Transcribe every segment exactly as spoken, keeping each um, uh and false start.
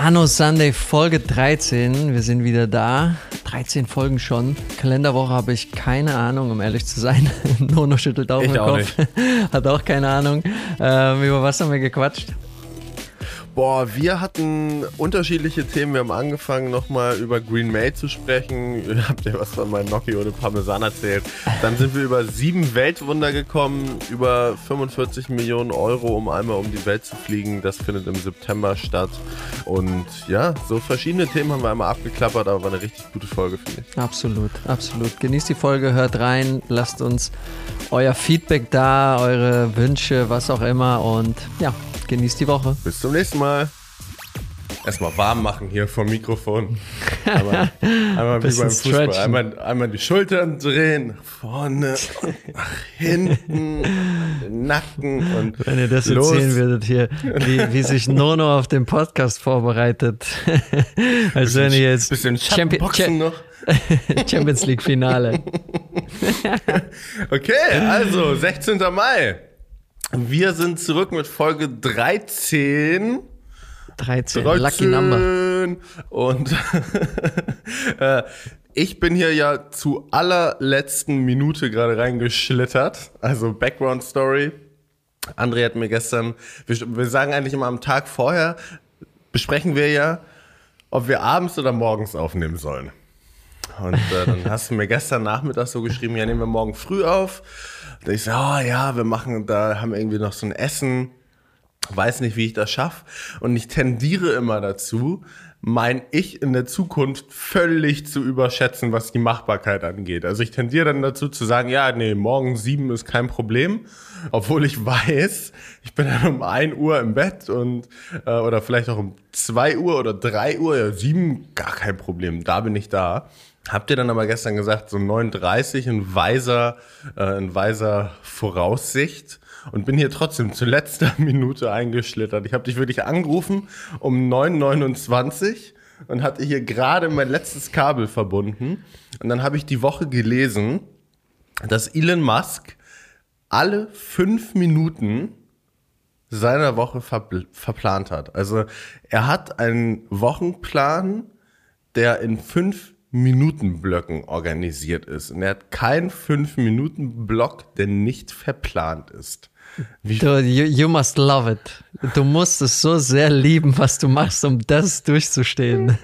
Anno Sunday Folge dreizehn, wir sind wieder da, dreizehn Folgen schon, Kalenderwoche habe ich keine Ahnung, um ehrlich zu sein, Nono schüttelt auch den Kopf, hat auch keine Ahnung, ähm, über was haben wir gequatscht? Boah, wir hatten unterschiedliche Themen. Wir haben angefangen, nochmal über Green May zu sprechen. Ihr habt ja was von meinem Gnocchi ohne Parmesan erzählt. Dann sind wir über sieben Weltwunder gekommen, über fünfundvierzig Millionen Euro, um einmal um die Welt zu fliegen. Das findet im September statt. Und ja, so verschiedene Themen haben wir einmal abgeklappert, aber war eine richtig gute Folge, finde ich. Absolut, absolut. Genießt die Folge, hört rein, lasst uns euer Feedback da, eure Wünsche, was auch immer und ja, genießt die Woche. Bis zum nächsten Mal. Erstmal warm machen hier vom Mikrofon. Einmal, einmal wie beim Fußball. Einmal, einmal die Schultern drehen, nach vorne, nach hinten, den Nacken und wenn ihr das los. Erzählen würdet hier, wie, wie sich Nono auf den Podcast vorbereitet. Als bisschen, wenn ihr jetzt bisschen Schattenboxen noch. Champions League Finale. Okay, also sechzehnter Mai. Wir sind zurück mit Folge dreizehn. dreizehn, Lucky Number. Und äh, ich bin hier ja zu allerletzten Minute gerade reingeschlittert. Also Background Story. André hat mir gestern, wir, wir sagen eigentlich immer am Tag vorher, besprechen wir ja, ob wir abends oder morgens aufnehmen sollen. Und äh, dann hast du mir gestern Nachmittag so geschrieben, ja, nehmen wir morgen früh auf. Und ich so, oh ja, wir machen, da haben wir irgendwie noch so ein Essen. Weiß nicht, wie ich das schaffe. Und ich tendiere immer dazu, mein Ich in der Zukunft völlig zu überschätzen, was die Machbarkeit angeht. Also ich tendiere dann dazu zu sagen, ja, nee, morgen sieben ist kein Problem. Obwohl ich weiß, ich bin dann um ein Uhr im Bett und äh, oder vielleicht auch um zwei Uhr oder drei Uhr, ja, sieben, gar kein Problem, da bin ich da. Habt ihr dann aber gestern gesagt, so neun Uhr dreißig in weiser, äh, in weiser Voraussicht und bin hier trotzdem zu letzter Minute eingeschlittert. Ich habe dich wirklich angerufen um neun Uhr neunundzwanzig und hatte hier gerade mein letztes Kabel verbunden. Und dann habe ich die Woche gelesen, dass Elon Musk alle fünf Minuten seiner Woche verpl- verplant hat. Also er hat einen Wochenplan, der in fünf Minutenblöcken organisiert ist. Und er hat keinen fünf-Minuten-Block, der nicht verplant ist. Wie du, you, you must love it. Du musst es so sehr lieben, was du machst, um das durchzustehen.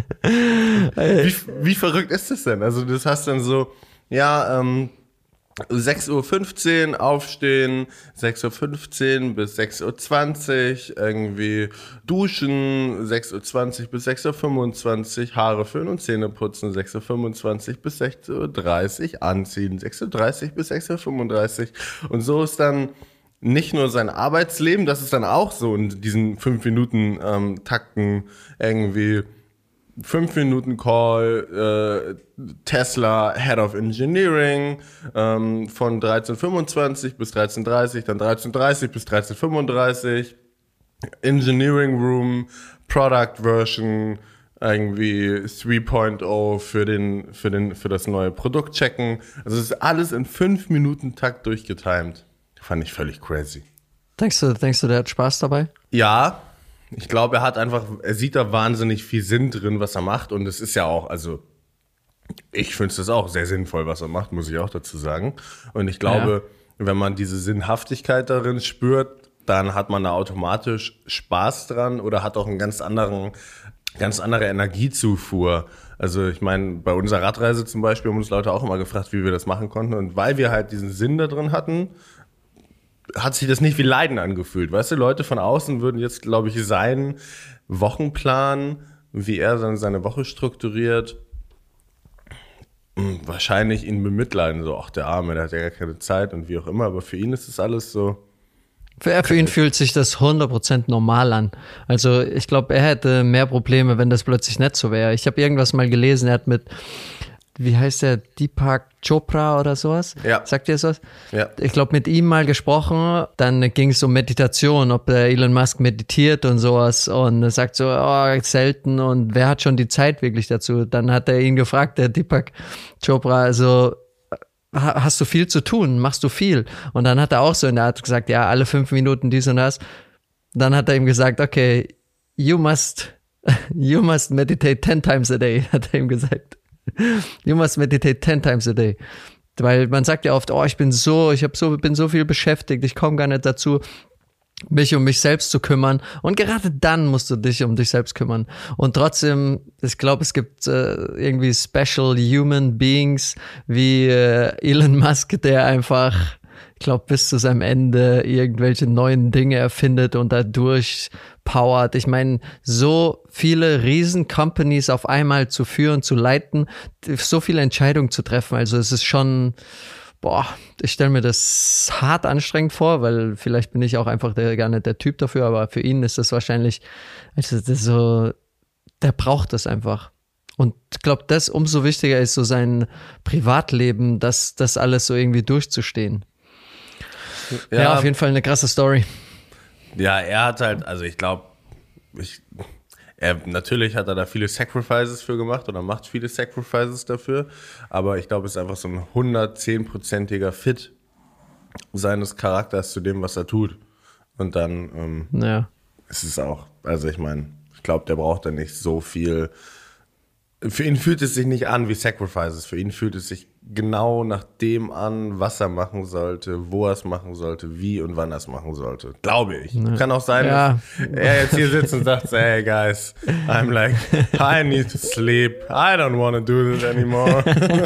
wie, wie verrückt ist das denn? Also das heißt dann so, ja, ähm, sechs Uhr fünfzehn aufstehen, sechs Uhr fünfzehn bis sechs Uhr zwanzig irgendwie duschen, sechs Uhr zwanzig bis sechs Uhr fünfundzwanzig Haare föhnen und Zähne putzen, sechs Uhr fünfundzwanzig bis sechs Uhr dreißig anziehen, sechs Uhr dreißig bis sechs Uhr fünfunddreißig und so ist dann nicht nur sein Arbeitsleben, das ist dann auch so in diesen fünf Minuten ähm, Takten irgendwie fünf Minuten Call, äh, Tesla Head of Engineering, ähm, von dreizehn Uhr fünfundzwanzig bis dreizehn Uhr dreißig, dann dreizehn Uhr dreißig bis dreizehn Uhr fünfunddreißig, Engineering Room, Product Version, irgendwie drei Punkt null für den, für den, für das neue Produkt checken. Also es ist alles in fünf Minuten Takt durchgetimed. Fand ich völlig crazy. Denkst du, denkst du, der hat Spaß dabei? Ja. Ich glaube, er hat einfach, er sieht da wahnsinnig viel Sinn drin, was er macht. Und es ist ja auch, also ich finde es auch sehr sinnvoll, was er macht, muss ich auch dazu sagen. Und ich glaube, ja. wenn man diese Sinnhaftigkeit darin spürt, dann hat man da automatisch Spaß dran oder hat auch einen ganz anderen, ganz andere Energiezufuhr. Also ich meine, bei unserer Radreise zum Beispiel haben uns Leute auch immer gefragt, wie wir das machen konnten. Und weil wir halt diesen Sinn da drin hatten, hat sich das nicht wie Leiden angefühlt. Weißt du, Leute von außen würden jetzt, glaube ich, seinen Wochenplan, wie er dann seine Woche strukturiert, wahrscheinlich ihn bemitleiden. So, ach, der Arme, der hat ja gar keine Zeit und wie auch immer. Aber für ihn ist das alles so. Für, für ihn fühlt sich das hundert Prozent normal an. Also ich glaube, er hätte mehr Probleme, wenn das plötzlich nicht so wäre. Ich habe irgendwas mal gelesen, er hat mit, wie heißt der, Deepak Chopra oder sowas? Ja. Sagt ihr sowas? Ja. Ich glaube, mit ihm mal gesprochen, dann ging es um Meditation, ob der Elon Musk meditiert und sowas und er sagt so, oh, selten und wer hat schon die Zeit wirklich dazu? Dann hat er ihn gefragt, der Deepak Chopra, also hast du viel zu tun? Machst du viel? Und dann hat er auch so in der Art gesagt, ja, alle fünf Minuten dies und das. Dann hat er ihm gesagt, okay, you must You must meditate ten times a day, hat er ihm gesagt. You must meditate ten times a day. Weil man sagt ja oft, oh, ich bin so, ich hab so, bin so viel beschäftigt, ich komme gar nicht dazu, mich um mich selbst zu kümmern. Und gerade dann musst du dich um dich selbst kümmern. Und trotzdem, ich glaube, es gibt äh, irgendwie special human beings wie äh, Elon Musk, der einfach, ich glaube, bis zu seinem Ende irgendwelche neuen Dinge erfindet und dadurch powert. Ich meine, so viele Riesen-Companies auf einmal zu führen, zu leiten, so viele Entscheidungen zu treffen. Also es ist schon, boah, ich stelle mir das hart anstrengend vor, weil vielleicht bin ich auch einfach der, gar nicht der Typ dafür, aber für ihn ist das wahrscheinlich, also das ist so, der braucht das einfach. Und ich glaube, das umso wichtiger ist so sein Privatleben, das, das alles so irgendwie durchzustehen. Ja, ja, auf jeden Fall eine krasse Story. Ja, er hat halt, also ich glaube, ich, er, natürlich hat er da viele Sacrifices für gemacht oder macht viele Sacrifices dafür, aber ich glaube, es ist einfach so ein hundertzehn-prozentiger Fit seines Charakters zu dem, was er tut. Und dann ähm, ja. ist es auch, also ich meine, ich glaube, der braucht da nicht so viel. Für ihn fühlt es sich nicht an wie Sacrifices. Für ihn fühlt es sich genau nach dem an, was er machen sollte, wo er es machen sollte, wie und wann er es machen sollte. Glaube ich. Ja. Kann auch sein, ja. dass er jetzt hier sitzt und sagt, hey guys, I'm like, I need to sleep. I don't want to do this anymore.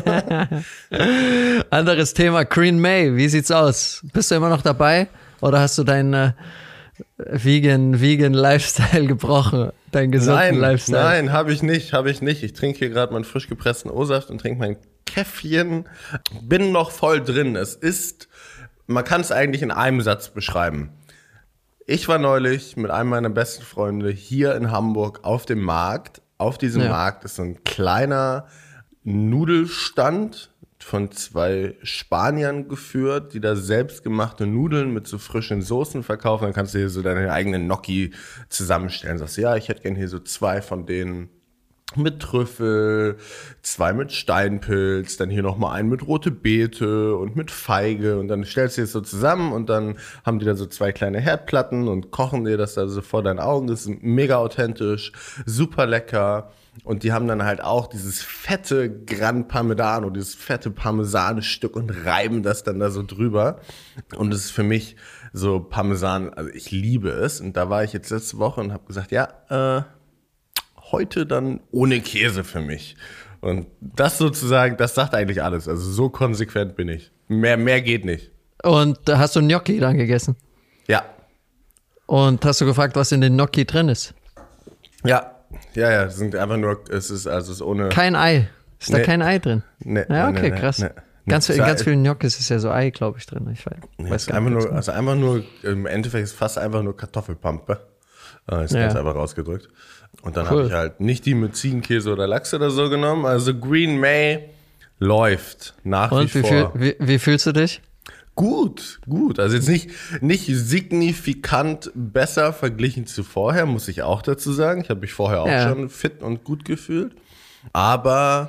Anderes Thema, Green May. Wie sieht's aus? Bist du immer noch dabei? Oder hast du deinen äh, Vegan, Vegan Lifestyle gebrochen? Deinen gesunden nein, Lifestyle? Nein, habe ich nicht, habe ich nicht. Ich trinke hier gerade meinen frisch gepressten O-Saft und trinke mein Käffchen. Bin noch voll drin. Es ist, man kann es eigentlich in einem Satz beschreiben. Ich war neulich mit einem meiner besten Freunde hier in Hamburg auf dem Markt. Auf diesem ja. Markt ist so ein kleiner Nudelstand von zwei Spaniern geführt, die da selbstgemachte Nudeln mit so frischen Soßen verkaufen. Dann kannst du hier so deine eigenen Gnocchi zusammenstellen. Sagst du, ja, ich hätte gerne hier so zwei von denen mit Trüffel, zwei mit Steinpilz, dann hier nochmal einen mit rote Beete und mit Feige. Und dann stellst du es so zusammen und dann haben die da so zwei kleine Herdplatten und kochen dir das da so vor deinen Augen. Das ist mega authentisch, super lecker. Und die haben dann halt auch dieses fette Gran Parmesano, dieses fette Parmesanstück und reiben das dann da so drüber. Und es ist für mich so Parmesan, also ich liebe es. Und da war ich jetzt letzte Woche und habe gesagt, ja, äh, heute dann ohne Käse für mich. Und das sozusagen, das sagt eigentlich alles. Also so konsequent bin ich. Mehr, mehr geht nicht. Und hast du Gnocchi dann gegessen? Ja. Und hast du gefragt, was in den Gnocchi drin ist? Ja. Ja, ja, es sind einfach nur, es ist, also es ist ohne... Kein Ei. Ist nee. da kein Ei drin? Nee. Ja, okay, nee, nee, krass. Nee, ganz, in ganz vielen Gnocchis ist ja so Ei, glaube ich, drin. Ich weiß, nee, weiß gar einfach nur, also einfach nur, im Endeffekt ist fast einfach nur Kartoffelpampe. Ist ja. ganz einfach rausgedrückt. Und dann cool. habe ich halt nicht die mit Ziegenkäse oder Lachs oder so genommen. Also Green May läuft nach Und wie, wie vor. Fühl, wie, wie fühlst du dich? Gut, gut. Also jetzt nicht, nicht signifikant besser verglichen zu vorher, muss ich auch dazu sagen. Ich habe mich vorher auch ja. schon fit und gut gefühlt. Aber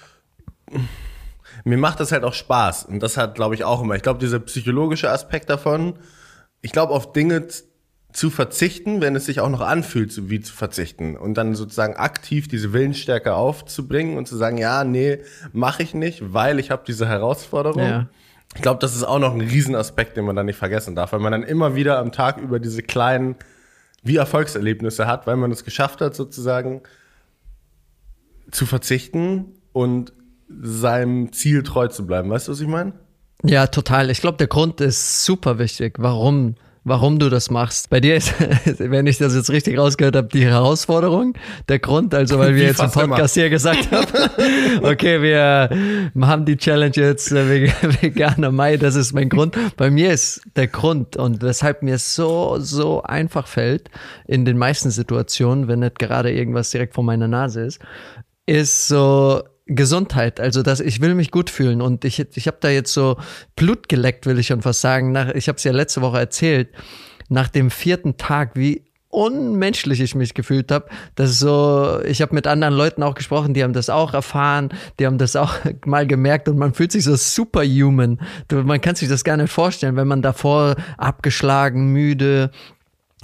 mir macht das halt auch Spaß. Und das hat, glaube ich, auch immer. Ich glaube, dieser psychologische Aspekt davon, ich glaube, auf Dinge zu verzichten, wenn es sich auch noch anfühlt, wie zu verzichten. Und dann sozusagen aktiv diese Willensstärke aufzubringen und zu sagen, ja, nee, mache ich nicht, weil ich habe diese Herausforderung. Ja. Ich glaube, das ist auch noch ein Riesenaspekt, den man dann nicht vergessen darf, weil man dann immer wieder am Tag über diese kleinen, wie Erfolgserlebnisse hat, weil man es geschafft hat, sozusagen zu verzichten und seinem Ziel treu zu bleiben. Weißt du, was ich meine? Ja, total. Ich glaube, der Grund ist super wichtig, warum warum du das machst. Bei dir ist, wenn ich das jetzt richtig rausgehört habe, die Herausforderung, der Grund, also weil wir jetzt im Podcast immer. hier gesagt haben, okay, wir haben die Challenge jetzt veganer Mai, das ist mein Grund. Bei mir ist der Grund und weshalb mir es so, so einfach fällt, in den meisten Situationen, wenn nicht gerade irgendwas direkt vor meiner Nase ist, ist so Gesundheit, also dass ich will mich gut fühlen und ich ich habe da jetzt so Blut geleckt, will ich schon fast sagen. Nach, ich habe es ja letzte Woche erzählt, nach dem vierten Tag, wie unmenschlich ich mich gefühlt habe. Das ist so, ich habe mit anderen Leuten auch gesprochen, die haben das auch erfahren, die haben das auch mal gemerkt und man fühlt sich so superhuman. Man kann sich das gar nicht vorstellen, wenn man davor abgeschlagen, müde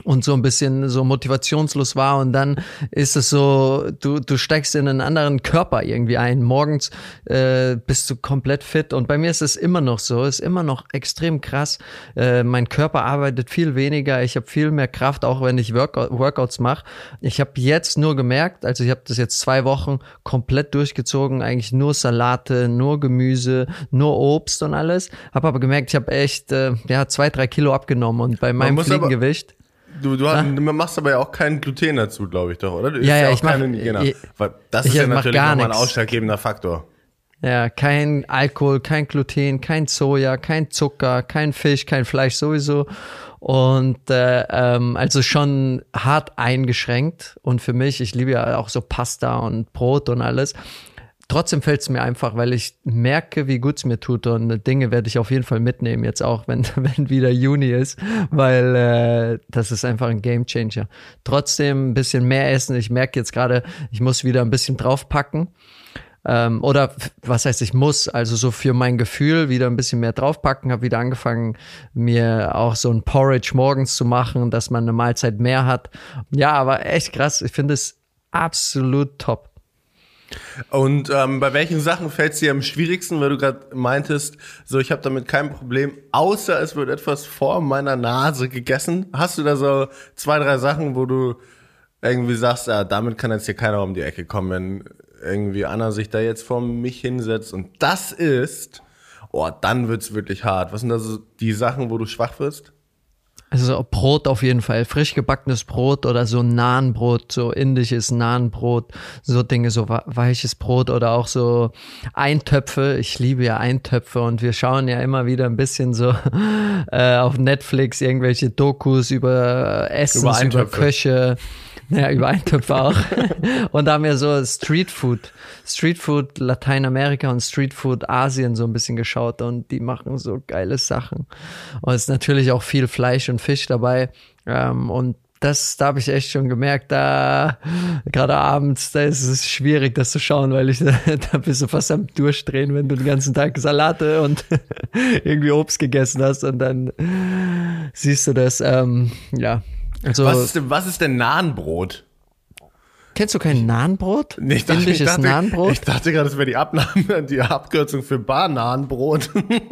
und so ein bisschen so motivationslos war und dann ist es so, du du steigst in einen anderen Körper irgendwie ein. Morgens äh, bist du komplett fit und bei mir ist es immer noch so, ist immer noch extrem krass. Äh, mein Körper arbeitet viel weniger, ich habe viel mehr Kraft, auch wenn ich Workout, Workouts mache. Ich habe jetzt nur gemerkt, also ich habe das jetzt zwei Wochen komplett durchgezogen, eigentlich nur Salate, nur Gemüse, nur Obst und alles. Habe aber gemerkt, ich habe echt äh, ja zwei, drei Kilo abgenommen und bei meinem Fliegengewicht. Du, du, hast, du machst aber ja auch kein Gluten dazu, glaube ich doch, oder? Du ja, ja, ja auch ich keine, mach, genau. ich, Weil das ich ist ja natürlich nochmal ein ausschlaggebender Faktor. Ja, kein Alkohol, kein Gluten, kein Soja, kein Zucker, kein Fisch, kein Fleisch sowieso. Und äh, ähm, also schon hart eingeschränkt. Und für mich, ich liebe ja auch so Pasta und Brot und alles. Trotzdem fällt es mir einfach, weil ich merke, wie gut es mir tut und Dinge werde ich auf jeden Fall mitnehmen, jetzt auch, wenn, wenn wieder Juni ist, weil äh, das ist einfach ein Gamechanger. Trotzdem ein bisschen mehr essen. Ich merke jetzt gerade, ich muss wieder ein bisschen draufpacken. Ähm, oder was heißt, ich muss, also so für mein Gefühl wieder ein bisschen mehr draufpacken. Habe wieder angefangen, mir auch so ein Porridge morgens zu machen, dass man eine Mahlzeit mehr hat. Ja, aber echt krass. Ich finde es absolut top. Und ähm, bei welchen Sachen fällt es dir am schwierigsten, weil du gerade meintest, so ich habe damit kein Problem, außer es wird etwas vor meiner Nase gegessen. Hast du da so zwei, drei Sachen, wo du irgendwie sagst, ja, damit kann jetzt hier keiner um die Ecke kommen, wenn irgendwie Anna sich da jetzt vor mich hinsetzt und das ist, oh, dann wird's wirklich hart. Was sind da so die Sachen, wo du schwach wirst? Also Brot auf jeden Fall, frisch gebackenes Brot oder so Nahenbrot, so indisches Nahenbrot, so Dinge, so weiches Brot oder auch so Eintöpfe. Ich liebe ja Eintöpfe und wir schauen ja immer wieder ein bisschen so äh, auf Netflix irgendwelche Dokus über Essen, über, über Köche. Ja, über Eintöpfe auch. Und da haben wir so Streetfood, Streetfood Lateinamerika und Streetfood Asien so ein bisschen geschaut und die machen so geile Sachen. Und es ist natürlich auch viel Fleisch und Fisch dabei. Und das, da habe ich echt schon gemerkt, da gerade abends, da ist es schwierig, das zu schauen, weil ich da bist du fast am Durchdrehen, wenn du den ganzen Tag Salate und irgendwie Obst gegessen hast und dann siehst du das, ähm, ja. Also, was ist denn, was ist denn Nahenbrot? Kennst du kein Nahenbrot? Nee, ich dachte, Indisches ich dachte, Nahenbrot? Ich dachte gerade, das wäre die Abnahme, die Abkürzung für Bananenbrot.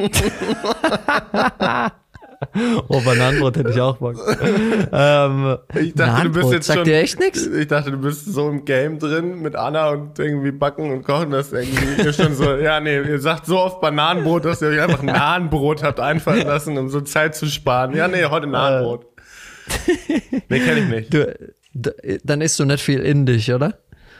Oh, Bananenbrot hätte ich auch Bock. ähm, ich dachte, du bist jetzt sagt schon, dir echt nichts? Ich dachte, du bist so im Game drin mit Anna und irgendwie backen und kochen das irgendwie. Ihr schon so, ja, nee, ihr sagt so oft Bananenbrot, dass ihr euch einfach Nahenbrot habt einfallen lassen, um so Zeit zu sparen. Ja, nee, heute Nahenbrot. Nee, kenn ich nicht. Du, du, dann isst du nicht viel indisch, oder?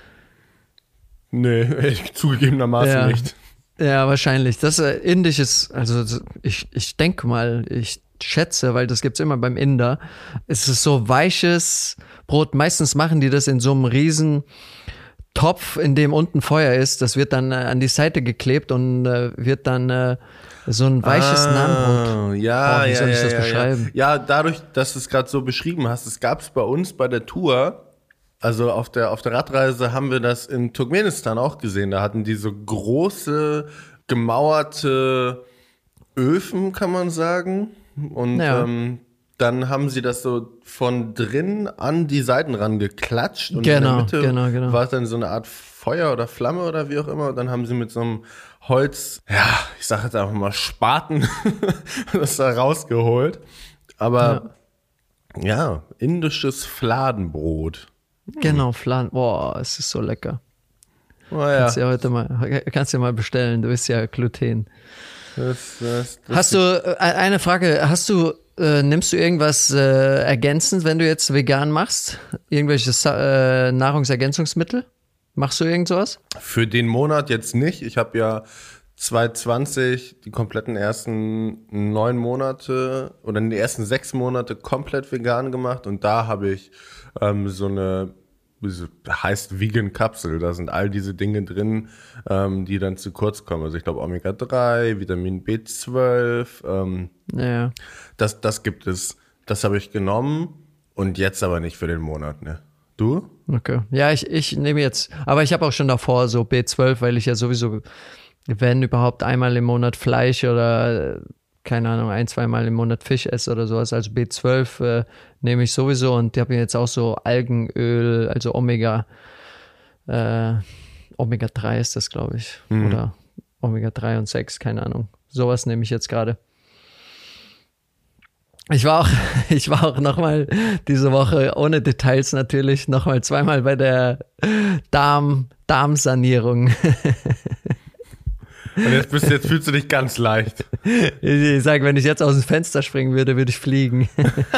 Nee, ich, zugegebenermaßen ja. nicht. Ja, wahrscheinlich. Das äh, indisch ist, also ich, ich denke mal, ich schätze, weil das gibt's immer beim Inder, es ist so weiches Brot. Meistens machen die das in so einem riesen Topf, in dem unten Feuer ist. Das wird dann äh, an die Seite geklebt und äh, wird dann äh, so ein weiches ah, Nahenbrot. Ja, oh, wie ja, soll ich ja, das ja, beschreiben? Ja. ja, dadurch, dass du es gerade so beschrieben hast, es gab es bei uns bei der Tour, also auf der auf der Radreise haben wir das in Turkmenistan auch gesehen. Da hatten die so große gemauerte Öfen, kann man sagen. Und ja. ähm, dann haben sie das so von drin an die Seiten ran geklatscht und genau, in der Mitte genau, genau. war es dann so eine Art Feuer oder Flamme oder wie auch immer. Und dann haben sie mit so einem Holz, ja, ich sage jetzt einfach mal Spaten, das da rausgeholt. Aber ja, ja indisches Fladenbrot. Genau, Flan. Boah, es ist so lecker. Oh, ja. Kannst du ja heute mal, kannst du ja mal bestellen. Du bist ja Gluten. Das, das, das hast du äh, eine Frage? Hast du äh, nimmst du irgendwas äh, ergänzend, wenn du jetzt vegan machst? Irgendwelche äh, Nahrungsergänzungsmittel? Machst du irgend sowas? Für den Monat jetzt nicht. Ich habe ja zwanzig zwanzig die kompletten ersten neun Monate oder die ersten sechs Monate komplett vegan gemacht und da habe ich ähm, so eine, heißt Vegan Kapsel, da sind all diese Dinge drin, ähm, die dann zu kurz kommen. Also ich glaube Omega drei, Vitamin B zwölf, ähm, ja. das, das gibt es. Das habe ich genommen und jetzt aber nicht für den Monat, ne? Du? Okay. Ja, ich, ich nehme jetzt, aber ich habe auch schon davor so B zwölf, weil ich ja sowieso, wenn überhaupt einmal im Monat Fleisch oder keine Ahnung, ein, zweimal im Monat Fisch esse oder sowas. Also B zwölf äh, nehme ich sowieso und ich habe mir jetzt auch so Algenöl, also Omega, äh, Omega drei ist das, glaube ich. Mhm. Oder Omega drei und sechs, keine Ahnung. Sowas nehme ich jetzt gerade. Ich war auch, ich war auch nochmal diese Woche, ohne Details natürlich, nochmal zweimal bei der Darm, Darmsanierung. Und jetzt bist du, jetzt fühlst du dich ganz leicht. Ich sage, wenn ich jetzt aus dem Fenster springen würde, würde ich fliegen.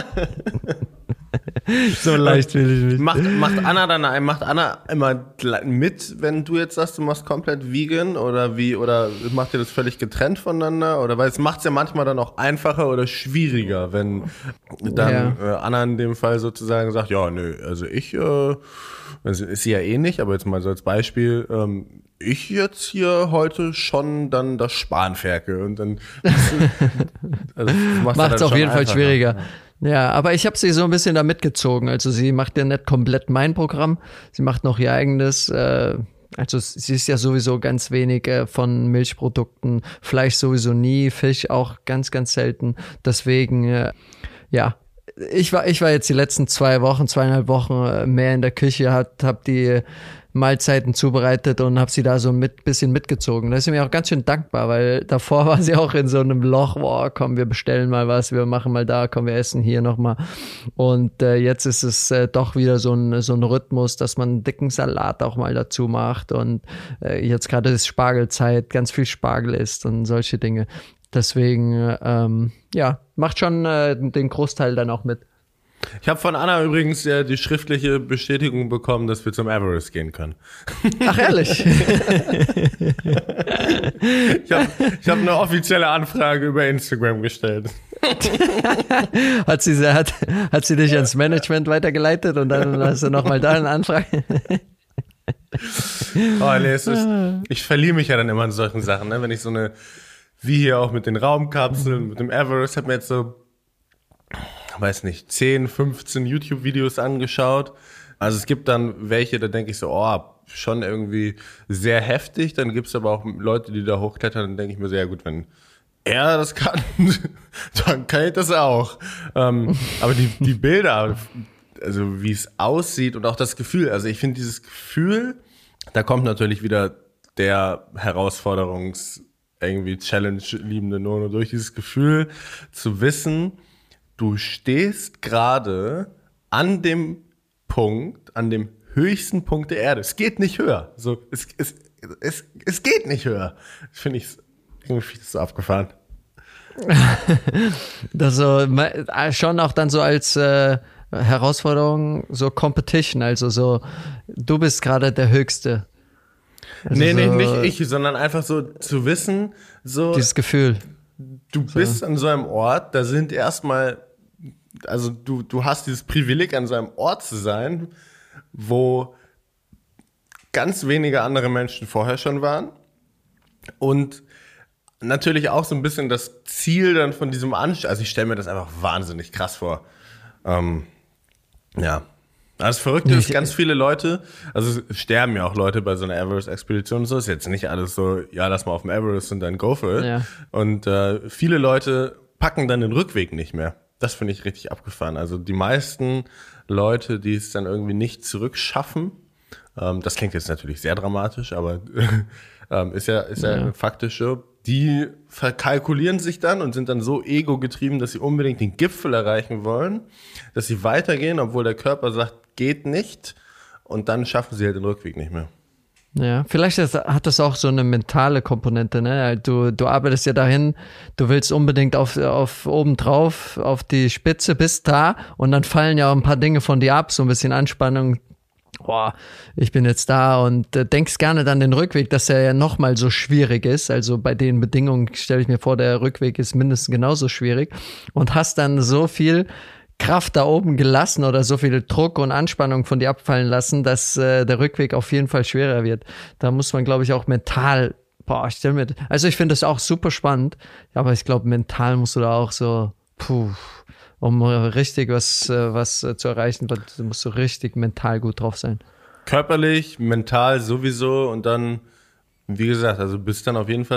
So leicht will ich mich. Macht, macht Anna dann, macht Anna immer mit, wenn du jetzt sagst, du machst komplett vegan oder wie, oder macht ihr das völlig getrennt voneinander? Oder weil es macht es ja manchmal dann auch einfacher oder schwieriger, wenn dann ja. äh, Anna in dem Fall sozusagen sagt, ja, nö, also ich, äh, also ist sie ja eh nicht, aber jetzt mal so als Beispiel, ähm, ich jetzt hier heute schon dann das Spanferkel und dann also macht es auf jeden Fall schwieriger. Ja. Ja, aber ich habe sie so ein bisschen da mitgezogen. Also sie macht ja nicht komplett mein Programm. Sie macht noch ihr eigenes. Äh, also sie ist ja sowieso ganz wenig äh, von Milchprodukten. Fleisch sowieso nie, Fisch auch ganz, ganz selten. Deswegen, äh, ja, ich war, ich war jetzt die letzten zwei Wochen, zweieinhalb Wochen äh, mehr in der Küche, hab, hab die Mahlzeiten zubereitet und habe sie da so ein mit, bisschen mitgezogen. Da ist sie mir auch ganz schön dankbar, weil davor war sie auch in so einem Loch, boah, komm, wir bestellen mal was, wir machen mal da, komm, wir essen hier nochmal. Und äh, jetzt ist es äh, doch wieder so ein, so ein Rhythmus, dass man einen dicken Salat auch mal dazu macht und äh, jetzt gerade ist Spargelzeit, ganz viel Spargel isst und solche Dinge. Deswegen, ähm, ja, macht schon äh, den Großteil dann auch mit. Ich habe von Anna übrigens ja die schriftliche Bestätigung bekommen, dass wir zum Everest gehen können. Ach, ehrlich? ich habe ich hab eine offizielle Anfrage über Instagram gestellt. hat, sie, hat, hat sie dich ans Management weitergeleitet und dann hast du nochmal da eine Anfrage? Oh, nee, es ist, ich verliere mich ja dann immer in solchen Sachen, ne? Wenn ich so eine, wie hier auch mit den Raumkapseln, mit dem Everest, habe mir jetzt so weiß nicht, zehn, fünfzehn YouTube-Videos angeschaut. Also es gibt dann welche, da denke ich so, oh, schon irgendwie sehr heftig. Dann gibt es aber auch Leute, die da hochklettern, dann denke ich mir so, ja gut, wenn er das kann, dann kann ich das auch. Ähm, aber die, die Bilder, also wie es aussieht und auch das Gefühl, also ich finde dieses Gefühl, da kommt natürlich wieder der Herausforderungs- irgendwie Challenge-liebende Nono durch, dieses Gefühl zu wissen, du stehst gerade an dem Punkt, an dem höchsten Punkt der Erde. Es geht nicht höher. So, es, es, es, es geht nicht höher. Finde ich irgendwie so abgefahren. Das so, schon auch dann so als äh, Herausforderung, so Competition, also so, du bist gerade der Höchste. Also nee, so, nee, nicht ich, sondern einfach so zu wissen, so. Dieses Gefühl. Du so. bist an so einem Ort, da sind erstmal, also du, du hast dieses Privileg, an so einem Ort zu sein, wo ganz wenige andere Menschen vorher schon waren und natürlich auch so ein bisschen das Ziel dann von diesem Anstieg, also ich stelle mir das einfach wahnsinnig krass vor. Ähm, ja. Das Verrückte ist, ganz viele Leute, also es sterben ja auch Leute bei so einer Everest-Expedition und so, ist jetzt nicht alles so, ja, lass mal auf dem Everest und dann go for it. Ja. Und äh, viele Leute packen dann den Rückweg nicht mehr. Das finde ich richtig abgefahren. Also die meisten Leute, die es dann irgendwie nicht zurückschaffen, ähm, das klingt jetzt natürlich sehr dramatisch, aber ähm, ist ja, ist ja, ja faktisch so, die verkalkulieren sich dann und sind dann so ego-getrieben, dass sie unbedingt den Gipfel erreichen wollen, dass sie weitergehen, obwohl der Körper sagt, geht nicht, und dann schaffen sie halt den Rückweg nicht mehr. Ja, vielleicht hat das auch so eine mentale Komponente, ne? Du, du arbeitest ja dahin, du willst unbedingt auf, auf oben drauf, auf die Spitze, bist da und dann fallen ja auch ein paar Dinge von dir ab, so ein bisschen Anspannung. Boah, ich bin jetzt da und äh, denkst gerne dann den Rückweg, dass er ja nochmal so schwierig ist. Also bei den Bedingungen stelle ich mir vor, der Rückweg ist mindestens genauso schwierig und hast dann so viel Kraft da oben gelassen oder so viel Druck und Anspannung von dir abfallen lassen, dass äh, der Rückweg auf jeden Fall schwerer wird. Da muss man, glaube ich, auch mental, boah, ich stelle mir, also ich finde das auch super spannend, aber ich glaube, mental musst du da auch so, puh, um richtig was, was zu erreichen, musst du richtig mental gut drauf sein. Körperlich, mental sowieso und dann, wie gesagt, also bist dann auf jeden Fall so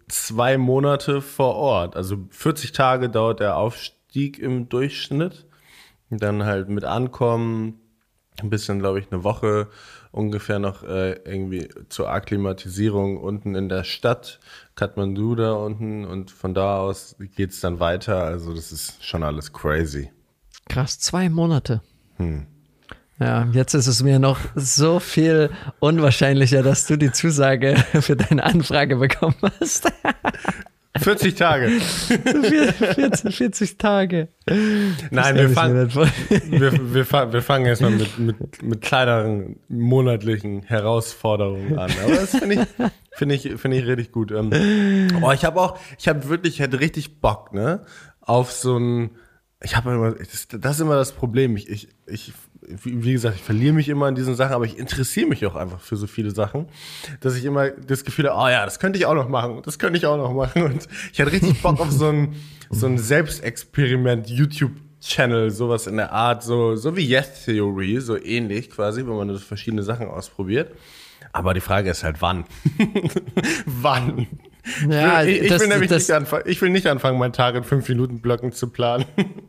zwei Monate vor Ort. Also vierzig Tage dauert der Aufstieg im Durchschnitt. Und dann halt mit Ankommen, ein bisschen, glaube ich, eine Woche ungefähr noch äh, irgendwie zur Akklimatisierung unten in der Stadt, Kathmandu da unten, und von da aus geht's dann weiter. Also das ist schon alles crazy. Krass, zwei Monate. Hm. Ja, jetzt ist es mir noch so viel unwahrscheinlicher, dass du die Zusage für deine Anfrage bekommen hast. vierzig Tage. vierzig, vierzig Tage. Nein, wir fangen, wir, wir, fang, wir fangen erstmal mit, mit, mit kleineren monatlichen Herausforderungen an. Aber das finde ich, finde ich, finde ich richtig gut. Oh, ich habe auch, ich habe wirklich, ich hätte richtig Bock, ne, auf so ein, ich habe immer, das, das ist immer das Problem. Ich, ich, ich, wie gesagt, ich verliere mich immer in diesen Sachen, aber ich interessiere mich auch einfach für so viele Sachen, dass ich immer das Gefühl habe, oh ja, das könnte ich auch noch machen, das könnte ich auch noch machen. Und ich hatte richtig Bock auf so ein, so ein Selbstexperiment, YouTube-Channel, sowas in der Art, so, so wie Yes Theory, so ähnlich quasi, wenn man verschiedene Sachen ausprobiert. Aber die Frage ist halt, wann? Wann? Ja, ich, ich, das, will nämlich das, nicht anfangen, ich will nicht anfangen, meinen Tag in fünf Minuten Blöcken zu planen.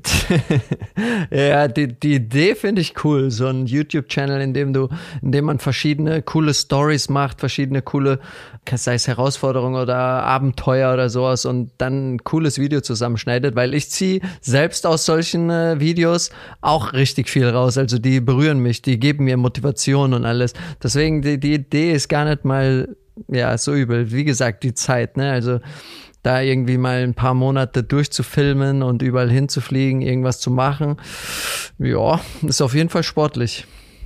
Ja, die, die Idee finde ich cool. So ein YouTube-Channel, in dem du, in dem man verschiedene coole Stories macht, verschiedene coole, sei es Herausforderungen oder Abenteuer oder sowas, und dann ein cooles Video zusammenschneidet, weil ich ziehe selbst aus solchen äh, Videos auch richtig viel raus. Also die berühren mich, die geben mir Motivation und alles. Deswegen, die, die Idee ist gar nicht mal ja, so übel. Wie gesagt, die Zeit, ne? Also da irgendwie mal ein paar Monate durchzufilmen und überall hinzufliegen, irgendwas zu machen, ja, ist auf jeden Fall sportlich.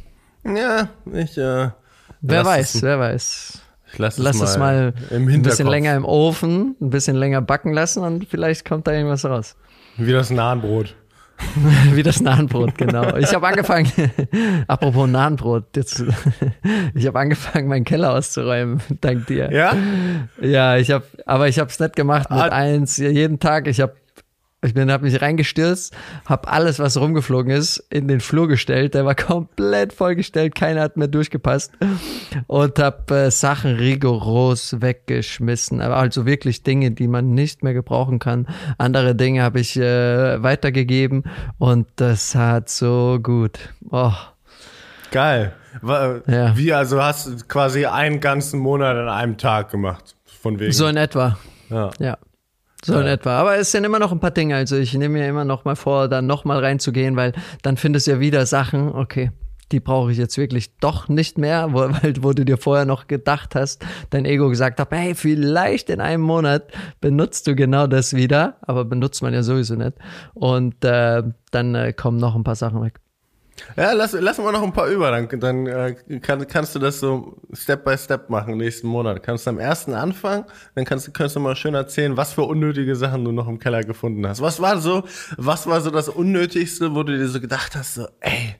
Ja, ich, äh, Wer weiß, es, wer weiß. Ich lass, lass es, es mal, mal im ein bisschen länger im Ofen, ein bisschen länger backen lassen und vielleicht kommt da irgendwas raus. Wie das Nahenbrot. Wie das Nahenbrot, genau. Ich habe angefangen, apropos Nahenbrot, jetzt, ich habe angefangen, meinen Keller auszuräumen, dank dir. Ja? Ja, ich habe, aber ich habe es nicht gemacht mit ah. eins, jeden Tag. Ich habe Ich bin, habe mich reingestürzt, habe alles, was rumgeflogen ist, in den Flur gestellt. Der war komplett vollgestellt, keiner hat mehr durchgepasst. Und habe äh, Sachen rigoros weggeschmissen. Aber also wirklich Dinge, die man nicht mehr gebrauchen kann. Andere Dinge habe ich äh, weitergegeben und das hat so gut. Oh. Geil. Ja. Wie, also hast du quasi einen ganzen Monat an einem Tag gemacht? Von wegen. So in etwa. Ja. Ja. So in etwa. Aber es sind immer noch ein paar Dinge. Also ich nehme mir immer noch mal vor, dann noch mal reinzugehen, weil dann findest du ja wieder Sachen, okay, die brauche ich jetzt wirklich doch nicht mehr, wo, weil, wo du dir vorher noch gedacht hast, dein Ego gesagt hat, hey, vielleicht in einem Monat benutzt du genau das wieder, aber benutzt man ja sowieso nicht. Und äh, dann äh, kommen noch ein paar Sachen weg. Ja, lass, lassen wir noch ein paar über, dann, dann äh, kann, kannst du das so Step by Step machen nächsten Monat. Kannst du am ersten anfangen, dann kannst du, kannst du mal schön erzählen, was für unnötige Sachen du noch im Keller gefunden hast. Was war so, was war so das Unnötigste, wo du dir so gedacht hast, so, ey,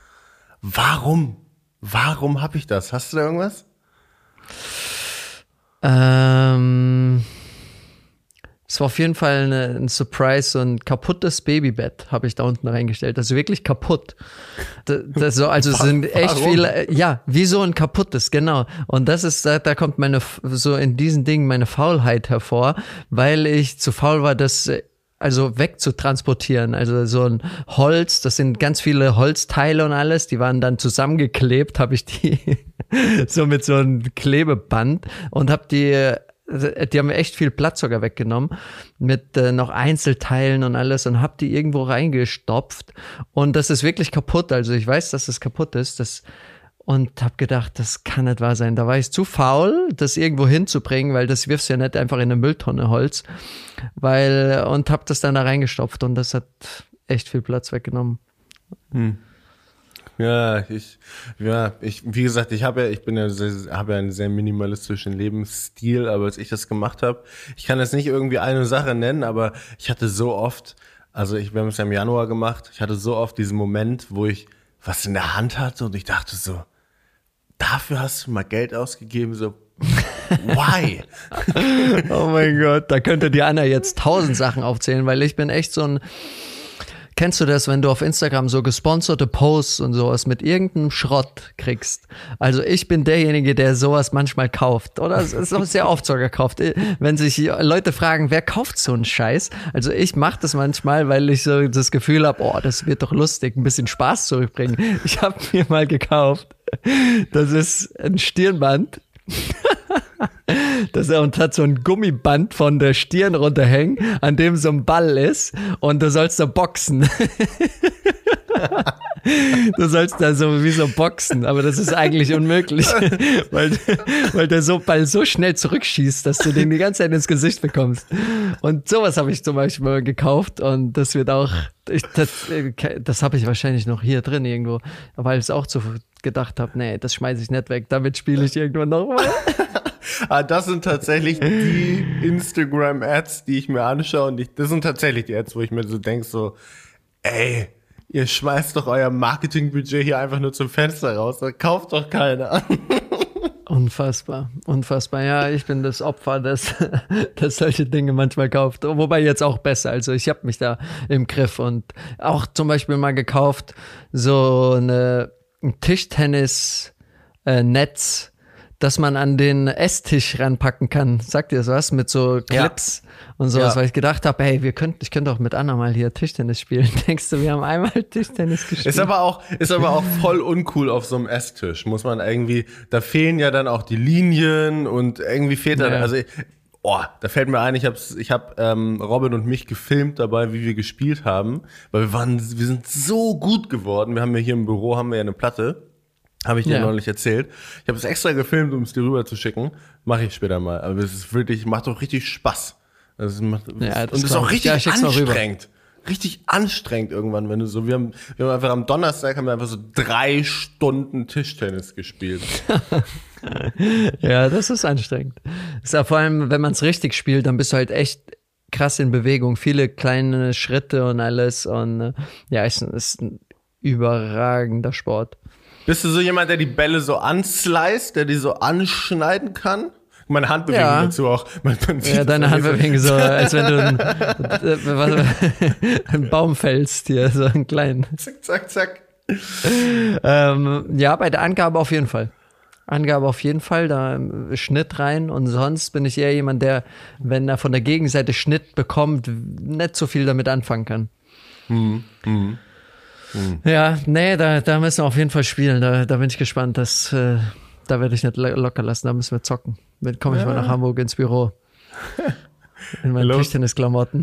warum, warum hab ich das? Hast du da irgendwas? Ähm... Es war auf jeden Fall eine, ein Surprise, so ein kaputtes Babybett habe ich da unten reingestellt. Also wirklich kaputt. Das, das so, also es sind echt Warum? viele, ja, wie so ein kaputtes, genau. Und das ist, da, da kommt meine, so in diesen Dingen meine Faulheit hervor, weil ich zu faul war, das also wegzutransportieren. Also so ein Holz, das sind ganz viele Holzteile und alles, die waren dann zusammengeklebt, habe ich die so mit so einem Klebeband und habe die Die haben mir echt viel Platz sogar weggenommen mit äh, noch Einzelteilen und alles und hab die irgendwo reingestopft und das ist wirklich kaputt. Also ich weiß, dass es kaputt ist, das und hab gedacht, das kann nicht wahr sein. Da war ich zu faul, das irgendwo hinzubringen, weil das wirfst du ja nicht einfach in eine Mülltonne Holz, weil und hab das dann da reingestopft und das hat echt viel Platz weggenommen. Hm. Ja, ich, ja, ich, wie gesagt, ich habe ja, ich bin ja, habe ja einen sehr minimalistischen Lebensstil, aber als ich das gemacht habe, ich kann jetzt nicht irgendwie eine Sache nennen, aber ich hatte so oft, also ich, wir haben es ja im Januar gemacht, ich hatte so oft diesen Moment, wo ich was in der Hand hatte und ich dachte so, dafür hast du mal Geld ausgegeben, so, why? Oh mein Gott, da könnte die Anna jetzt tausend Sachen aufzählen, weil ich bin echt so ein kennst du das, wenn du auf Instagram so gesponserte Posts und sowas mit irgendeinem Schrott kriegst? Also ich bin derjenige, der sowas manchmal kauft. Oder es ist auch sehr oft sogar kauft. Wenn sich Leute fragen, wer kauft so einen Scheiß? Also ich mache das manchmal, weil ich so das Gefühl habe, oh, das wird doch lustig, ein bisschen Spaß zurückbringen. Ich habe mir mal gekauft, das ist ein Stirnband. Das und hat so ein Gummiband von der Stirn runterhängen, an dem so ein Ball ist und du sollst da boxen. Du sollst da so wie so boxen, aber das ist eigentlich unmöglich, weil, weil der so Ball so schnell zurückschießt, dass du den die ganze Zeit ins Gesicht bekommst. Und sowas habe ich zum Beispiel mal gekauft und das wird auch, ich, das, das habe ich wahrscheinlich noch hier drin irgendwo, weil ich es auch so gedacht habe, nee, das schmeiße ich nicht weg, damit spiele ich irgendwann nochmal. Ah, das sind tatsächlich die Instagram-Ads, die ich mir anschaue und ich, das sind tatsächlich die Ads, wo ich mir so denke, so, ey, ihr schmeißt doch euer Marketingbudget hier einfach nur zum Fenster raus, da kauft doch keiner. Unfassbar, unfassbar. Ja, ich bin das Opfer, das, das solche Dinge manchmal kauft. Wobei jetzt auch besser. Also ich habe mich da im Griff und auch zum Beispiel mal gekauft, so eine ein Tischtennis-Netz, äh, dass man an den Esstisch ranpacken kann. Sagt ihr das was? Mit so Clips ja. und sowas, ja. Weil ich gedacht habe, hey, wir könnten, ich könnte auch mit Anna mal hier Tischtennis spielen. Denkst du, wir haben einmal Tischtennis gespielt? Ist aber auch, ist aber auch voll uncool auf so einem Esstisch. Muss man irgendwie, da fehlen ja dann auch die Linien und irgendwie fehlt dann, ja. also oh, da fällt mir ein, ich hab's, ich hab ähm, Robin und mich gefilmt dabei, wie wir gespielt haben, weil wir waren, wir sind so gut geworden. Wir haben ja hier im Büro haben wir ja eine Platte. Habe ich dir ja. neulich erzählt. Ich habe es extra gefilmt, um es dir rüber zu schicken. Mache ich später mal. Aber es ist wirklich, macht doch richtig Spaß. Also es macht, ja, und es ist auch richtig ja, anstrengend. Richtig anstrengend irgendwann, wenn du so, wir haben, wir haben einfach am Donnerstag haben wir einfach so drei Stunden Tischtennis gespielt. Ja, das ist anstrengend. Ist ja vor allem, wenn man es richtig spielt, dann bist du halt echt krass in Bewegung. Viele kleine Schritte und alles. Und ja, es ist ein überragender Sport. Bist du so jemand, der die Bälle so ansliced, der die so anschneiden kann? Meine Handbewegung ja. dazu auch. Man, man ja, deine Handbewegung so, als wenn du einen, einen Baum fällst hier, so einen kleinen. Zack, zack, zack. Ähm, ja, bei der Angabe auf jeden Fall. Angabe auf jeden Fall, da Schnitt rein und sonst bin ich eher jemand, der, wenn er von der Gegenseite Schnitt bekommt, nicht so viel damit anfangen kann. Mhm. Mhm. Hm. Ja, nee, da, da müssen wir auf jeden Fall spielen. Da, da bin ich gespannt. Das, äh, da werde ich nicht locker lassen. Da müssen wir zocken. Dann komme ich ja. mal nach Hamburg ins Büro. In meinen Tischtennisklamotten.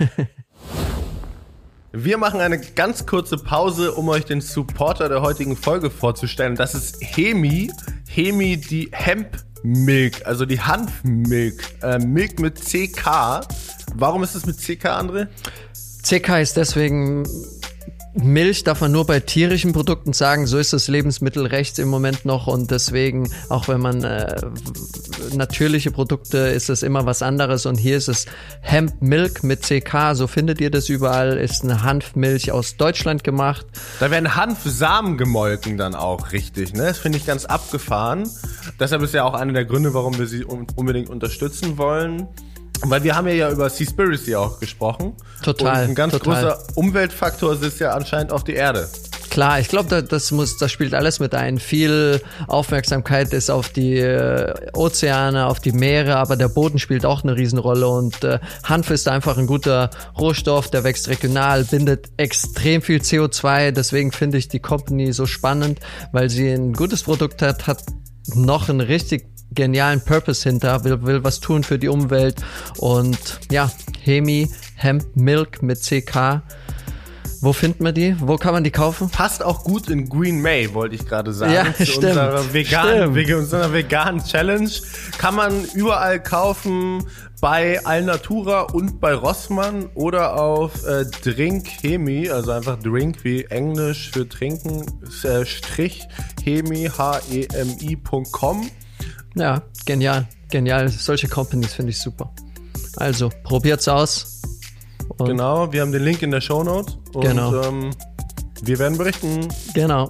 Wir machen eine ganz kurze Pause, um euch den Supporter der heutigen Folge vorzustellen. Das ist Hemi. Hemi, die Hemp Milk, also die Hanfmilk. Äh, Milk mit C K. Warum ist es mit C K, André? C K ist deswegen... Milch darf man nur bei tierischen Produkten sagen, so ist das Lebensmittelrecht im Moment noch und deswegen, auch wenn man äh, natürliche Produkte, ist es immer was anderes und hier ist es Hemp Milk mit C K, so findet ihr das überall, ist eine Hanfmilch aus Deutschland gemacht. Da werden Hanfsamen gemolken dann auch richtig, ne? Das finde ich ganz abgefahren. Deshalb ist ja auch einer der Gründe, warum wir sie unbedingt unterstützen wollen. Weil wir haben ja über Seaspiracy auch gesprochen. Total. Und ein ganz total. großer Umweltfaktor ist ja anscheinend auch die Erde. Klar, ich glaube, das muss, das spielt alles mit ein. Viel Aufmerksamkeit ist auf die äh, Ozeane, auf die Meere, aber der Boden spielt auch eine Riesenrolle und äh, Hanf ist einfach ein guter Rohstoff, der wächst regional, bindet extrem viel C O zwei, deswegen finde ich die Company so spannend, weil sie ein gutes Produkt hat, hat noch einen richtig genialen Purpose hinter, will, will was tun für die Umwelt und ja, Hemi Hemp Milk mit C K. Wo findet man die? Wo kann man die kaufen? Passt auch gut in Green May, wollte ich gerade sagen. Ja, zu stimmt, unserer veganen, stimmt. unserer veganen Challenge. Kann man überall kaufen, bei Alnatura und bei Rossmann oder auf äh, Drink Hemi, also einfach Drink wie Englisch für trinken, äh, Strich Hemi, H E M I Punkt com. Ja, genial, genial. Solche Companies finde ich super. Also, probiert's aus. Und genau, wir haben den Link in der Shownote. Und genau. ähm, wir werden berichten. Genau.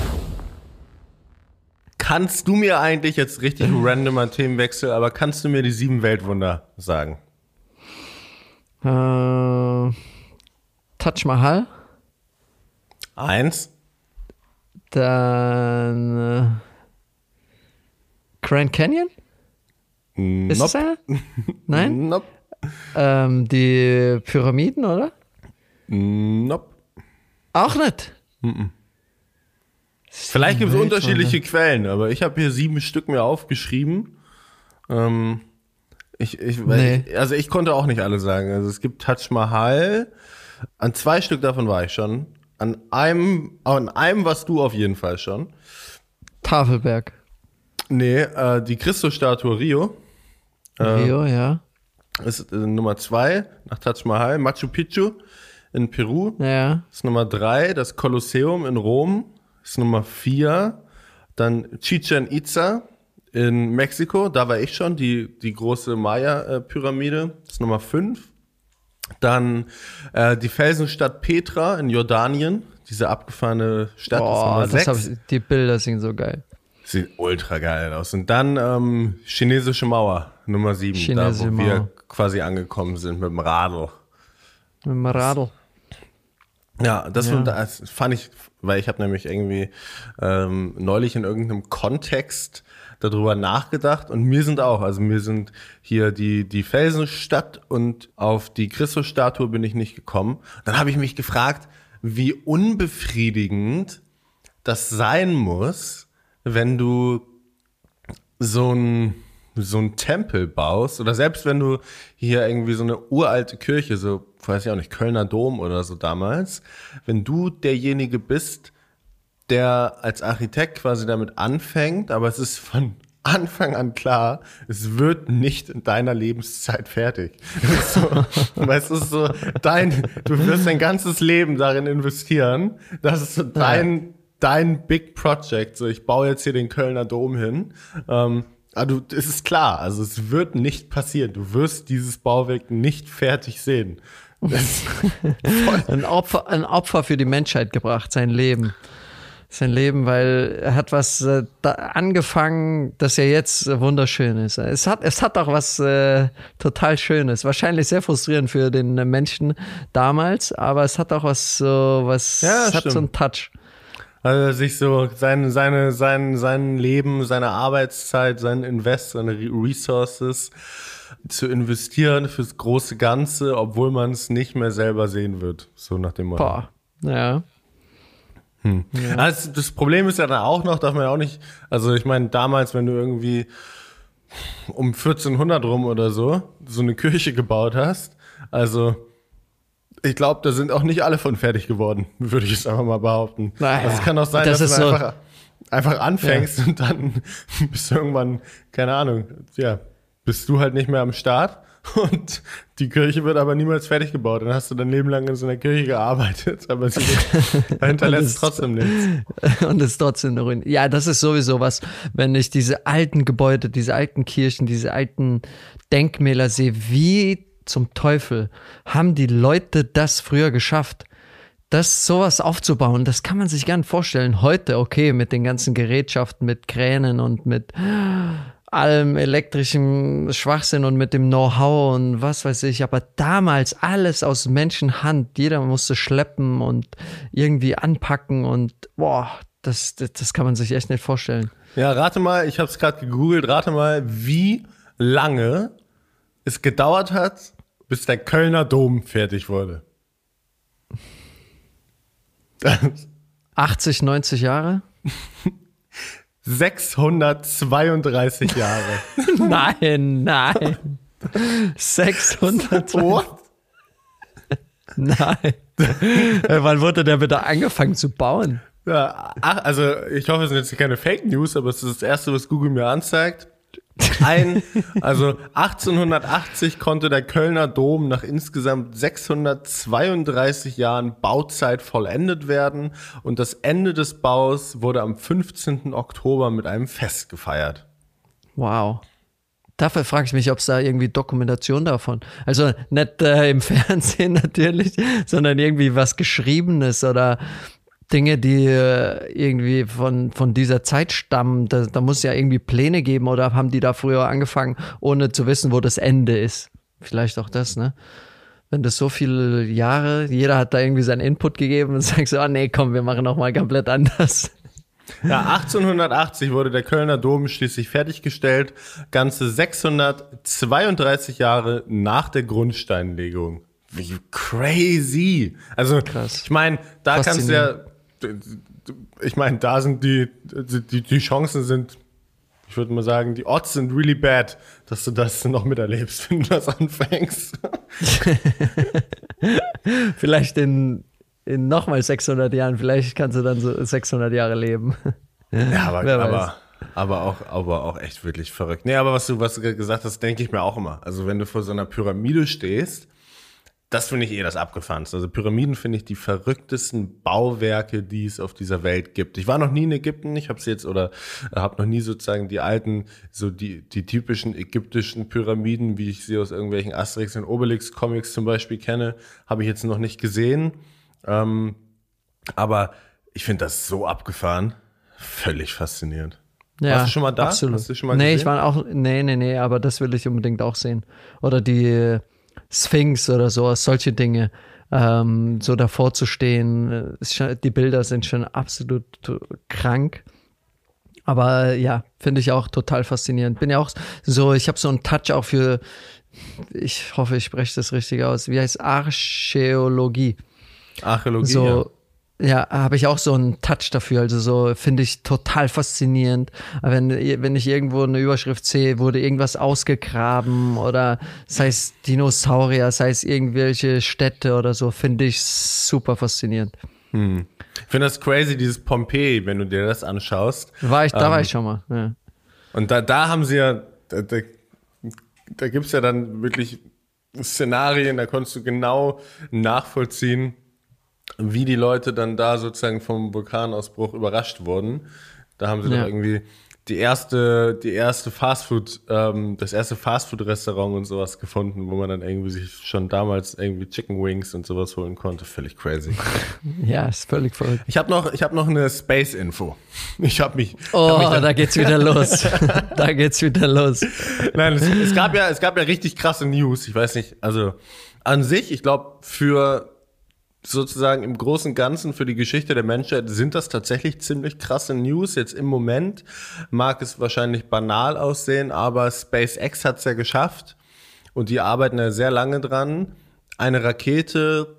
Kannst du mir eigentlich, jetzt richtig randomer Themenwechsel, aber kannst du mir die sieben Weltwunder sagen? Äh, Taj Mahal? Eins. Dann äh, Grand Canyon? Ist Nope. es einer? Nein? Nope. Ähm, die Pyramiden, oder? Nope. Auch nicht. Vielleicht gibt es Welt, unterschiedliche oder? Quellen, aber ich habe hier sieben Stück mir aufgeschrieben. Ähm, ich, ich, Nee. ich, also ich konnte auch nicht alle sagen. Also es gibt Taj Mahal. An zwei Stück davon war ich schon. An einem, an einem warst du auf jeden Fall schon. Tafelberg. Nee, äh, die Christusstatue Rio Rio, ja. ist äh, Nummer zwei nach Taj Mahal. Machu Picchu in Peru Ja. ist Nummer drei. Das Kolosseum in Rom ist Nummer vier. Dann Chichen Itza in Mexiko, da war ich schon, die, die große Maya-Pyramide, ist Nummer fünf. Dann äh, die Felsenstadt Petra in Jordanien, diese abgefahrene Stadt, ist Boah, Nummer das hab sechs. ich, die Bilder sind so geil. Sieht ultra geil aus. Und dann ähm, chinesische Mauer, Nummer sieben, Chinesische da wo wir Mauer. quasi angekommen sind mit dem Radl. Mit dem Radl. Ja, das, Ja. das fand ich, weil ich habe nämlich irgendwie ähm, neulich in irgendeinem Kontext darüber nachgedacht und mir sind auch, also mir sind hier die, die Felsenstadt und auf die Christusstatue bin ich nicht gekommen. Dann habe ich mich gefragt, wie unbefriedigend das sein muss, wenn du so ein so ein Tempel baust oder selbst wenn du hier irgendwie so eine uralte Kirche, so, weiß ich auch nicht, Kölner Dom oder so damals, wenn du derjenige bist, der als Architekt quasi damit anfängt, aber es ist von Anfang an klar, es wird nicht in deiner Lebenszeit fertig. So, weißt du, es ist so dein, du wirst dein ganzes Leben darin investieren, das ist so dein, dein Big Project, so ich baue jetzt hier den Kölner Dom hin, ähm, aber du, es ist klar, also es wird nicht passieren. Du wirst dieses Bauwerk nicht fertig sehen. Das ist voll. Ein Opfer, ein Opfer für die Menschheit gebracht, sein Leben. Sein Leben, weil er hat was äh, da angefangen, das ja jetzt äh, wunderschön ist. Es hat, es hat auch was äh, total Schönes. Wahrscheinlich sehr frustrierend für den äh, Menschen damals, aber es hat auch was so, was, Ja, es hat stimmt. so einen Touch. Also sich so sein, seine, sein, sein Leben, seine Arbeitszeit, sein Invest, seine Re- Resources zu investieren fürs große Ganze, obwohl man es nicht mehr selber sehen wird. So nach dem Motto. Boah, ja. Ja. Also das Problem ist ja dann auch noch, darf man ja auch nicht, also ich meine, damals, wenn du irgendwie um vierzehnhundert rum oder so, so eine Kirche gebaut hast, also ich glaube, da sind auch nicht alle von fertig geworden, würde ich jetzt einfach mal behaupten. Naja, also es kann auch sein, das dass ist du so- einfach, einfach anfängst und dann bist du irgendwann, keine Ahnung, ja, bist du halt nicht mehr am Start und die Kirche wird aber niemals fertig gebaut. Dann hast du dein Leben lang in so einer Kirche gearbeitet, aber sie hinterlässt trotzdem nichts. Und ist trotzdem eine Ruine. Ja, das ist sowieso was, wenn ich diese alten Gebäude, diese alten Kirchen, diese alten Denkmäler sehe, wie zum Teufel haben die Leute das früher geschafft? Das sowas aufzubauen, das kann man sich gar nicht vorstellen. Heute, okay, mit den ganzen Gerätschaften, mit Kränen und mit allem elektrischen Schwachsinn und mit dem Know-how und was weiß ich, aber damals alles aus Menschenhand, jeder musste schleppen und irgendwie anpacken und boah, das, das, das kann man sich echt nicht vorstellen. Ja, rate mal, ich habe es gerade gegoogelt, rate mal, wie lange es gedauert hat, bis der Kölner Dom fertig wurde. achtzig, neunzig Jahre? sechshundertzweiunddreißig Jahre. Nein, nein. sechshundert. What? Nein. Wann wurde der bitte angefangen zu bauen? Ja, ach, also ich hoffe, es sind jetzt keine Fake News, aber es ist das Erste, was Google mir anzeigt. Ein, also achtzehnhundertachtzig konnte der Kölner Dom nach insgesamt sechshundertzweiunddreißig Jahren Bauzeit vollendet werden und das Ende des Baus wurde am fünfzehnten Oktober mit einem Fest gefeiert. Wow. Dafür frage ich mich, ob es da irgendwie Dokumentation davon, also nicht äh, im Fernsehen natürlich, sondern irgendwie was Geschriebenes oder Dinge, die äh, irgendwie von, von dieser Zeit stammen. Da, da muss es ja irgendwie Pläne geben oder haben die da früher angefangen, ohne zu wissen, wo das Ende ist. Vielleicht auch das, ne? wenn das so viele Jahre, jeder hat da irgendwie seinen Input gegeben und sagst so, ah nee, komm, wir machen nochmal komplett anders. Ja, achtzehnhundertachtzig wurde der Kölner Dom schließlich fertiggestellt, ganze sechshundertzweiunddreißig Jahre nach der Grundsteinlegung. Wie crazy! Also, krass. Ich meine, da kannst du ja, ich meine, da sind die, die, die Chancen sind, ich würde mal sagen, die Odds sind really bad, dass du das noch miterlebst, wenn du das anfängst. Vielleicht in in nochmal sechshundert Jahren, vielleicht kannst du dann so sechshundert Jahre leben. Ja, aber, aber, aber, auch, aber auch echt wirklich verrückt. Nee, aber was du, was du gesagt hast, denke ich mir auch immer. Also wenn du vor so einer Pyramide stehst, das finde ich eh das Abgefahrenste. Also Pyramiden finde ich die verrücktesten Bauwerke, die es auf dieser Welt gibt. Ich war noch nie in Ägypten, ich habe es jetzt oder habe noch nie sozusagen die alten, so die, die typischen ägyptischen Pyramiden, wie ich sie aus irgendwelchen Asterix und Obelix Comics zum Beispiel kenne, habe ich jetzt noch nicht gesehen. Ähm, aber ich finde das so abgefahren. Völlig faszinierend. Ja, warst du schon mal da? Absolut. Hast du schon mal nee, gesehen? ich war auch, nee, nee, nee, aber das will ich unbedingt auch sehen. Oder die Sphinx oder so, solche Dinge. Ähm, so davor zu stehen, ist schon, die Bilder sind schon absolut krank. Aber ja, finde ich auch total faszinierend. Bin ja auch so, ich habe so einen Touch auch für, ich hoffe, ich spreche das richtig aus, wie heißt Archäologie? Archäologie, so, ja, ja habe ich auch so einen Touch dafür, also so finde ich total faszinierend. Wenn, wenn ich irgendwo eine Überschrift sehe, wurde irgendwas ausgegraben oder sei es Dinosaurier, sei es irgendwelche Städte oder so, finde ich super faszinierend. Hm. Ich finde das crazy, dieses Pompeji, wenn du dir das anschaust. War ich, da ähm, war ich schon mal, ja. Und da, da haben sie ja, da, da, da gibt es ja dann wirklich Szenarien, da konntest du genau nachvollziehen, wie die Leute dann da sozusagen vom Vulkanausbruch überrascht wurden. Da haben sie ja. doch irgendwie die erste, die erste Fastfood, ähm, das erste Fastfood-Restaurant und sowas gefunden, wo man dann irgendwie sich schon damals irgendwie Chicken Wings und sowas holen konnte. Völlig crazy. Ja, ist völlig verrückt. Ich habe noch, ich habe noch eine Space-Info. Ich habe mich. Oh, hab mich dann, da geht's wieder los. Da geht's wieder los. Nein, es, es gab ja, es gab ja richtig krasse News. Ich weiß nicht, also an sich, ich glaube, für sozusagen im Großen und Ganzen für die Geschichte der Menschheit sind das tatsächlich ziemlich krasse News. Jetzt im Moment mag es wahrscheinlich banal aussehen, aber SpaceX hat es ja geschafft und die arbeiten ja sehr lange dran, eine Rakete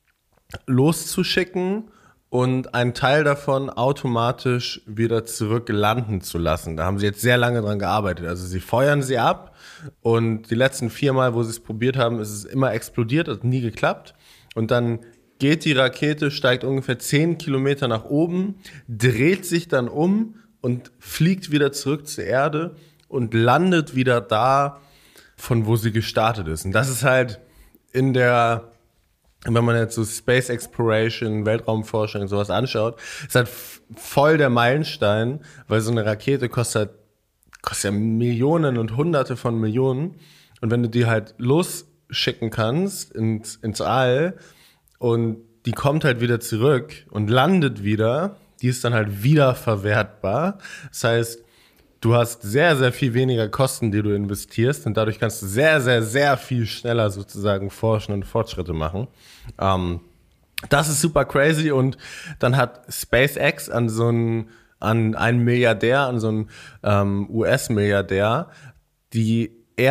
loszuschicken und einen Teil davon automatisch wieder zurück landen zu lassen. Da haben sie jetzt sehr lange dran gearbeitet. Also sie feuern sie ab und die letzten vier Mal, wo sie es probiert haben, ist es immer explodiert, hat nie geklappt. Und dann geht die Rakete, steigt ungefähr zehn Kilometer nach oben, dreht sich dann um und fliegt wieder zurück zur Erde und landet wieder da, von wo sie gestartet ist. Und das ist halt in der, wenn man jetzt so Space Exploration, Weltraumforschung und sowas anschaut, ist halt voll der Meilenstein, weil so eine Rakete kostet, kostet ja Millionen und Hunderte von Millionen. Und wenn du die halt losschicken kannst ins, ins All, und die kommt halt wieder zurück und landet wieder, die ist dann halt wieder verwertbar. Das heißt, du hast sehr, sehr viel weniger Kosten, die du investierst und dadurch kannst du sehr, sehr, sehr viel schneller sozusagen forschen und Fortschritte machen. Ähm, das ist super crazy und dann hat SpaceX an so einen, an einen Milliardär, an so einen ähm, U S-Milliardär die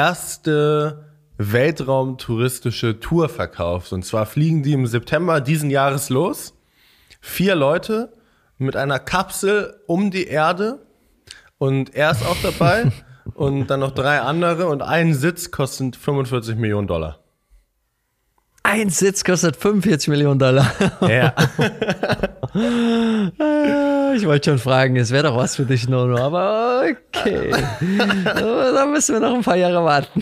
erste weltraumtouristische Tour verkauft. Und zwar fliegen die im September diesen Jahres los. Vier Leute mit einer Kapsel um die Erde. Und er ist auch dabei. Und dann noch drei andere. Und ein Sitz kostet fünfundvierzig Millionen Dollar. Ein Sitz kostet fünfundvierzig Millionen Dollar. Ja. Ich wollte schon fragen, es wäre doch was für dich, Nono. Aber okay. Da müssen wir noch ein paar Jahre warten.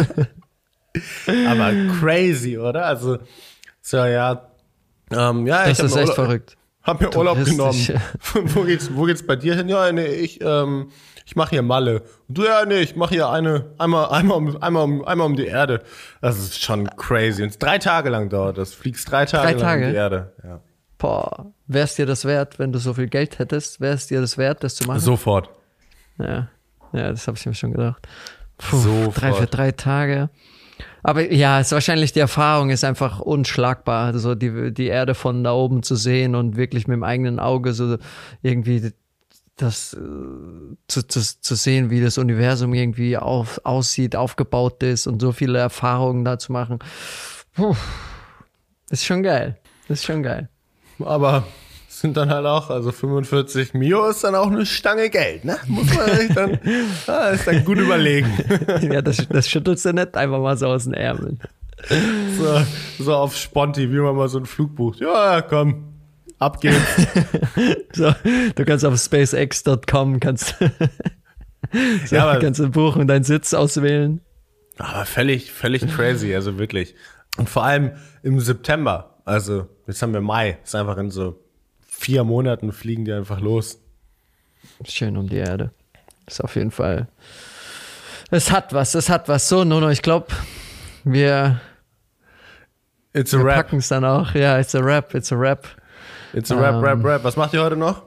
Aber crazy, oder? Also, so, ja. Ähm, ja, das ich ist echt Urlaub, verrückt. Hab mir Urlaub genommen. wo geht's, wo geht's bei dir hin? Ja, nee, ich, ähm, ich mache hier Malle. Und du, ja, nee, ich mache hier eine, einmal, einmal um, einmal um, einmal um die Erde. Das ist schon crazy. Und drei Tage lang dauert das. Fliegst drei Tage, drei lang Tage? um die Erde. Ja. Boah, wäre es dir das wert, wenn du so viel Geld hättest? Wäre es dir das wert, das zu machen? Sofort. Ja, ja, das habe ich mir schon gedacht. Puh, Sofort. drei für drei Tage. Aber ja, es ist wahrscheinlich die Erfahrung ist einfach unschlagbar, so die, die Erde von da oben zu sehen und wirklich mit dem eigenen Auge so irgendwie das äh, zu, zu, zu sehen, wie das Universum irgendwie auf, aussieht, aufgebaut ist und so viele Erfahrungen da zu machen. Puh, ist schon geil. Ist schon geil. Aber sind dann halt auch, also fünfundvierzig Mio ist dann auch eine Stange Geld, ne? Muss man sich dann, ah, ist dann gut überlegen. Ja, das, das schüttelst du nicht einfach mal so aus den Ärmeln. So, so auf Sponti, wie man mal so einen Flug bucht. Ja, ja, komm. Ab geht's. So, du kannst auf spacex Punkt com kannst, so, ja, aber, kannst du buchen und deinen Sitz auswählen. Aber völlig, völlig crazy, also wirklich. Und vor allem im September, also jetzt haben wir Mai, ist einfach in so vier Monaten fliegen die einfach los. Schön um die Erde. Ist auf jeden Fall. Es hat was, es hat was. So, Nono, ich glaube, wir, It's a wir rap. packen es dann auch. Ja, it's a rap, it's a rap. It's a rap, Ähm, rap, rap. Was macht ihr heute noch?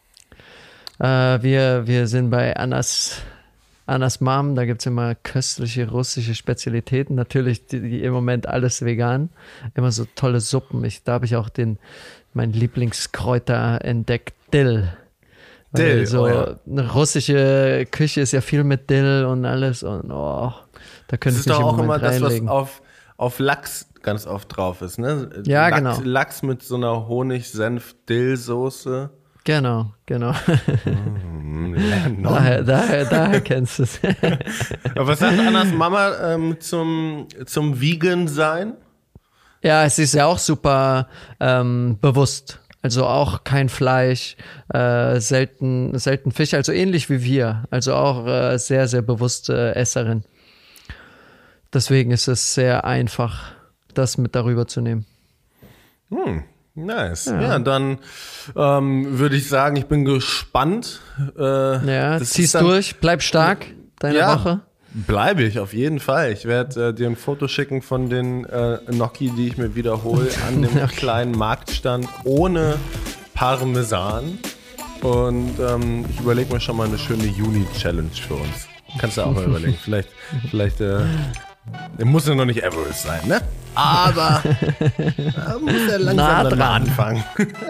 Äh, wir, wir sind bei Annas, Annas Mom, da gibt es immer köstliche russische Spezialitäten. Natürlich die, die im Moment alles vegan. Immer so tolle Suppen. Ich, da habe ich auch den, mein Lieblingskräuter entdeckt, Dill. Weil Dill, so oh ja. eine russische Küche ist ja viel mit Dill und alles. Und oh, da könnte Das ich ist mich doch im auch immer Moment das, was reinlegen. auf, auf Lachs ganz oft drauf ist, ne? Ja, Lachs, genau. Lachs mit so einer Honig-Senf-Dill-Soße. Genau, genau. Mm, daher, daher, daher kennst du es. Aber was sagt Annas Mama ähm, zum, zum Vegan-Sein? Ja, es ist ja auch super ähm, bewusst. Also auch kein Fleisch, äh, selten, selten Fisch, also ähnlich wie wir. Also auch äh, sehr, sehr bewusste Esserin. Deswegen ist es sehr einfach, das mit darüber zu nehmen. Hm, nice. Ja. Ja, dann ähm, würde ich sagen, ich bin gespannt. Äh, Ja, das zieh's ist dann- durch, bleib stark, deine Ja. Woche. Bleibe ich, auf jeden Fall. Ich werde äh, dir ein Foto schicken von den äh, Gnocchi, die ich mir wiederhole, an dem Okay. kleinen Marktstand ohne Parmesan. Und ähm, ich überlege mir schon mal eine schöne Juni-Challenge für uns. Kannst du auch mal überlegen. Vielleicht, vielleicht äh, muss ja noch nicht Everest sein, ne? Aber da muss ja langsam Nah dann mal dran. anfangen.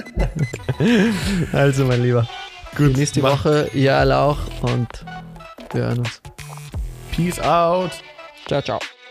Also, mein Lieber. Gut, Genießt die mach- Woche, ihr alle auch und wir hören uns. Peace out. Ciao, ciao.